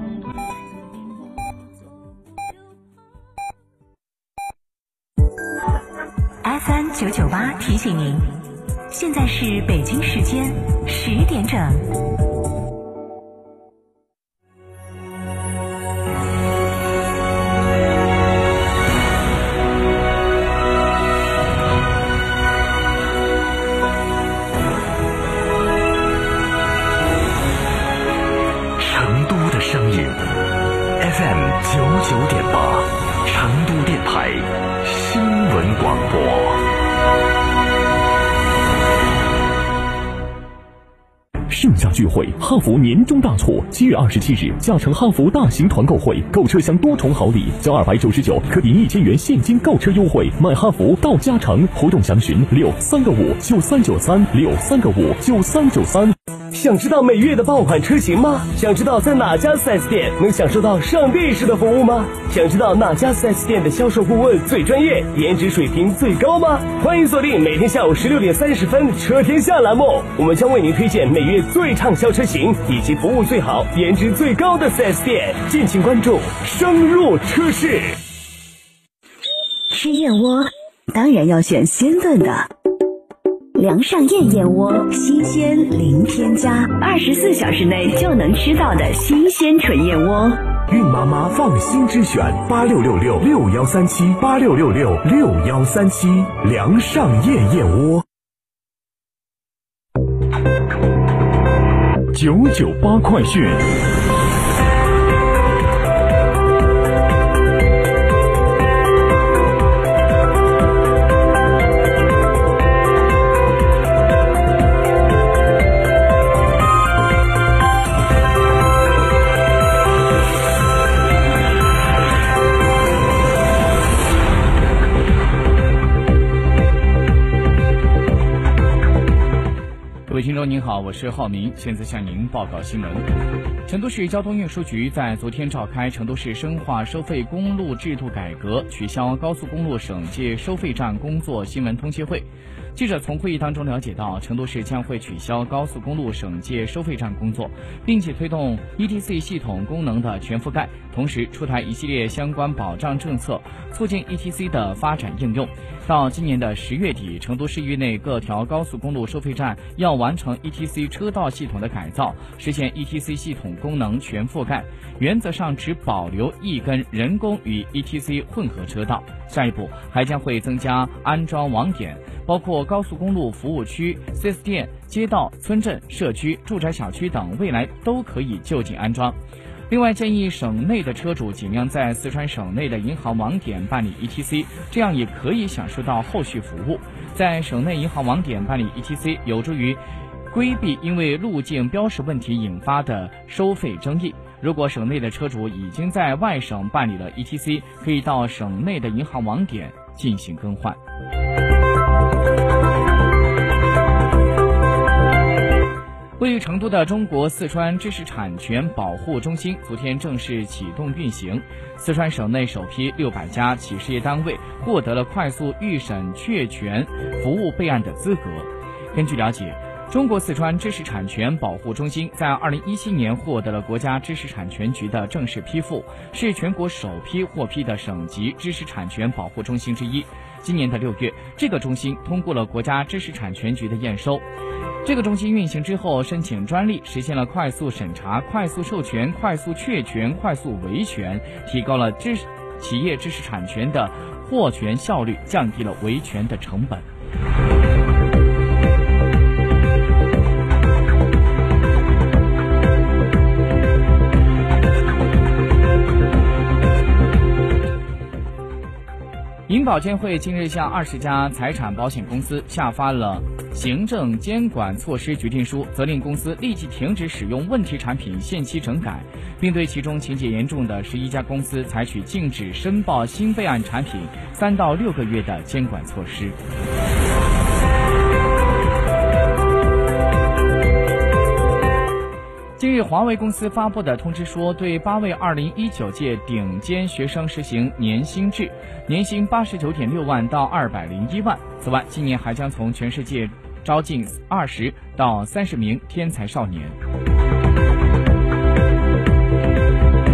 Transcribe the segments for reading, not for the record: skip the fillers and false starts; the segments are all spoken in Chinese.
FM998提醒您，现在是北京时间10点整。 成都的声音 FM99.8，成都电台新闻广播。盛夏聚会，哈弗年终大促，7月27日，嘉诚哈弗大型团购会，购车享多重好礼，交299可抵1000元现金购车优惠，买哈弗到嘉诚，活动详询63个5939393。 想知道每月的爆款车型吗？想知道在哪家 4S 店能享受到上帝式的服务吗？想知道哪家 4S 店的销售顾问最专业，颜值水平最高吗？欢迎锁定每天下午16点30分车天下栏目，我们将为您推荐每月最畅销车型以及服务最好、颜值最高的 4S 店，敬请关注深入车市。 吃燕窝当然要选鲜炖的，梁上燕燕窝，新鲜零添加，24小时内就能吃到的新鲜纯燕窝。 孕妈妈放心之选，86666137，86666137，梁上燕燕窝。998快讯。 各位听众您好，我是浩明，现在向您报告新闻。成都市交通运输局在昨天召开成都市深化收费公路制度改革、取消高速公路省界收费站工作新闻通气会。记者从会议当中了解到，成都市将会取消高速公路省界收费站工作，并且推动 ETC 系统功能的全覆盖，同时出台一系列相关保障政策，促进 ETC 的发展应用。到今年的10月底，成都市域内各条高速公路收费站要完成 ETC 车道系统的改造，实现 ETC 系统功能全覆盖，原则上只保留一根人工与 ETC 混合车道。下一步还将会增加安装网点，包括高速公路服务区、4S 店、街道、村镇、社区、住宅小区等，未来都可以就近安装。另外，建议省内的车主尽量在四川省内的银行网点办理 ETC， 这样也可以享受到后续服务。在省内银行网点办理 ETC， 有助于规避因为路径标识问题引发的收费争议。如果省内的车主已经在外省办理了 ETC， 可以到省内的银行网点进行更换。位于成都的中国四川知识产权保护中心昨天正式启动运行，四川省内首批600家企事业单位获得了快速预审确权服务备案的资格。根据了解，中国四川知识产权保护中心在2017年获得了国家知识产权局的正式批复，是全国首批获批的省级知识产权保护中心之一。今年的6月，这个中心通过了国家知识产权局的验收。这个中心运行之后，申请专利实现了快速审查、快速授权、快速确权、快速维权，提高了企业知识产权的获权效率，降低了维权的成本。银保监会近日向20家财产保险公司下发了行政监管措施决定书，责令公司立即停止使用问题产品限期整改，并对其中情节严重的11家公司采取禁止申报新备案产品3到6个月的监管措施。近日，华为公司发布的通知说，对8位2019届顶尖学生实行年薪制，年薪89.6万到201万。此外，今年还将从全世界招进20到30名天才少年。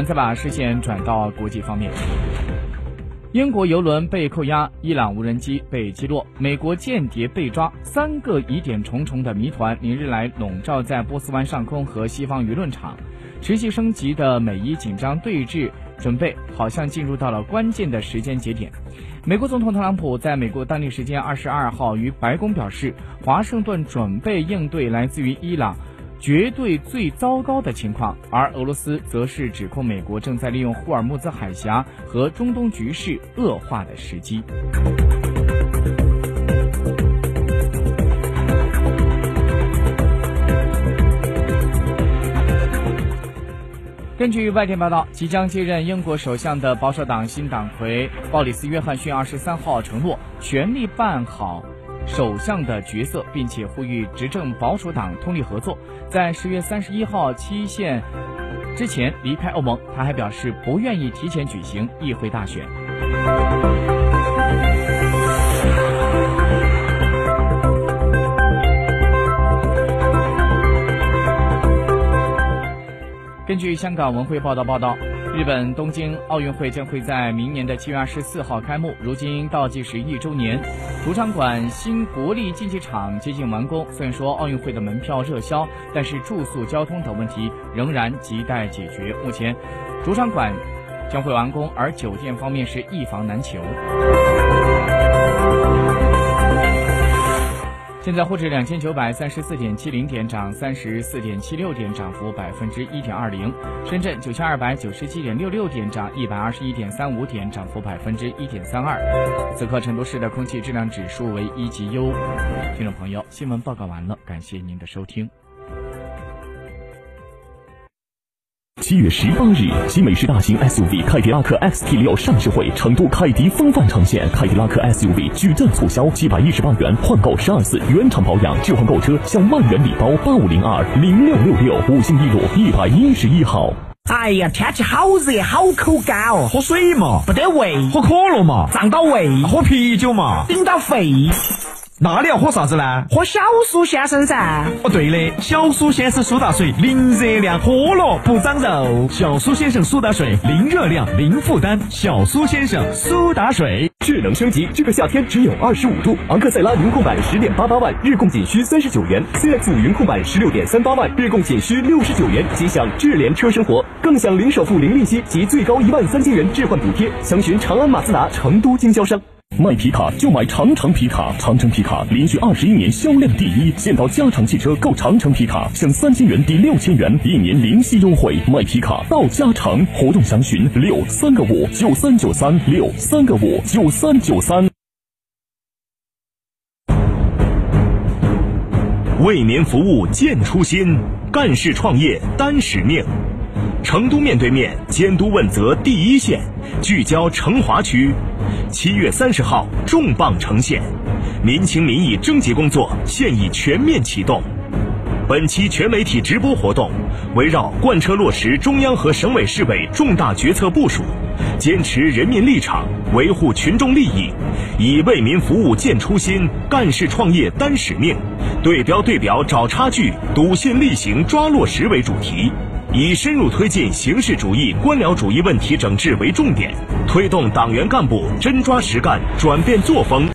们再把视线转到国际方面。英国油轮被扣押，伊朗无人机被击落，美国间谍被抓，3个疑点重重的谜团连日来笼罩在波斯湾上空和西方舆论场。持续升级的美伊紧张对峙准备好像进入到了关键的时间节点。美国总统特朗普在美国当地时间22号于白宫表示，华盛顿准备应对来自于伊朗绝对最糟糕的情况，而俄罗斯则是指控美国正在利用霍尔木兹海峡和中东局势恶化的时机。根据外电报道，即将接任英国首相的保守党新党魁鲍里斯·约翰逊23号承诺全力办好首相的角色，并且呼吁执政保守党通力合作，在10月31号期限之前离开欧盟。他还表示不愿意提前举行议会大选。根据香港文汇报道，日本东京奥运会将会在明年的7月24号开幕，如今倒计时1周年，主场馆新国立竞技场接近完工。虽然说奥运会的门票热销，但是住宿、交通等问题仍然亟待解决。目前主场馆将会完工，而酒店方面是一房难求。现在沪指2934.70点涨34.76点，涨幅1.20%；深圳9297.66点涨121.35点，涨幅1.32%。此刻成都市的空气质量指数为1级优。听众朋友，新闻报告完了，感谢您的收听。 7月18日，集美式大型 SUV 凯迪拉克 XT6 上市会，成都凯迪风范呈现。凯迪拉克 SUV 举证促销718元换购12次，原厂保养置换购车享万元礼包8502-0666，五星一路111号。 哎呀，天气好热，好口干哦， 喝水嘛， 不得胃； 喝可乐嘛， 胀到胃； 喝啤酒嘛， 顶到肺。 那你要喝啥子呢？ 喝小苏先生噻。 哦，对的，小苏先生苏打水，零热量，喝了不长肉。小苏先生苏打水，零热量，零负担。小苏先生苏打水。 智能升级，这个夏天只有25度。昂克赛拉云控版10.88万，日供仅需39元；CX-5云控版16.38万，日供仅需69元。即享智联车生活，更享零首付、零利息及最高13000元置换补贴。详询长安马自达成都经销商。卖皮卡就买长城皮卡，长城皮卡连续21年销量第一。现到嘉诚汽车购长城皮卡，享3000元抵6000元，1年零息优惠。卖皮卡到嘉诚，活动详询63959393，63959393。 为民服务见初心，干事创业担使命。成都面对面监督问责第一线，聚焦成华区。7月30号重磅呈现，民情民意征集工作现已全面启动。本期全媒体直播活动围绕贯彻落实中央和省委市委重大决策部署，坚持人民立场，维护群众利益，以为民服务见初心，干事创业担使命，对标对表找差距，笃信厉行抓落实为主题，以深入推进形式主义、官僚主义问题整治为重点，推动党员干部真抓实干，转变作风。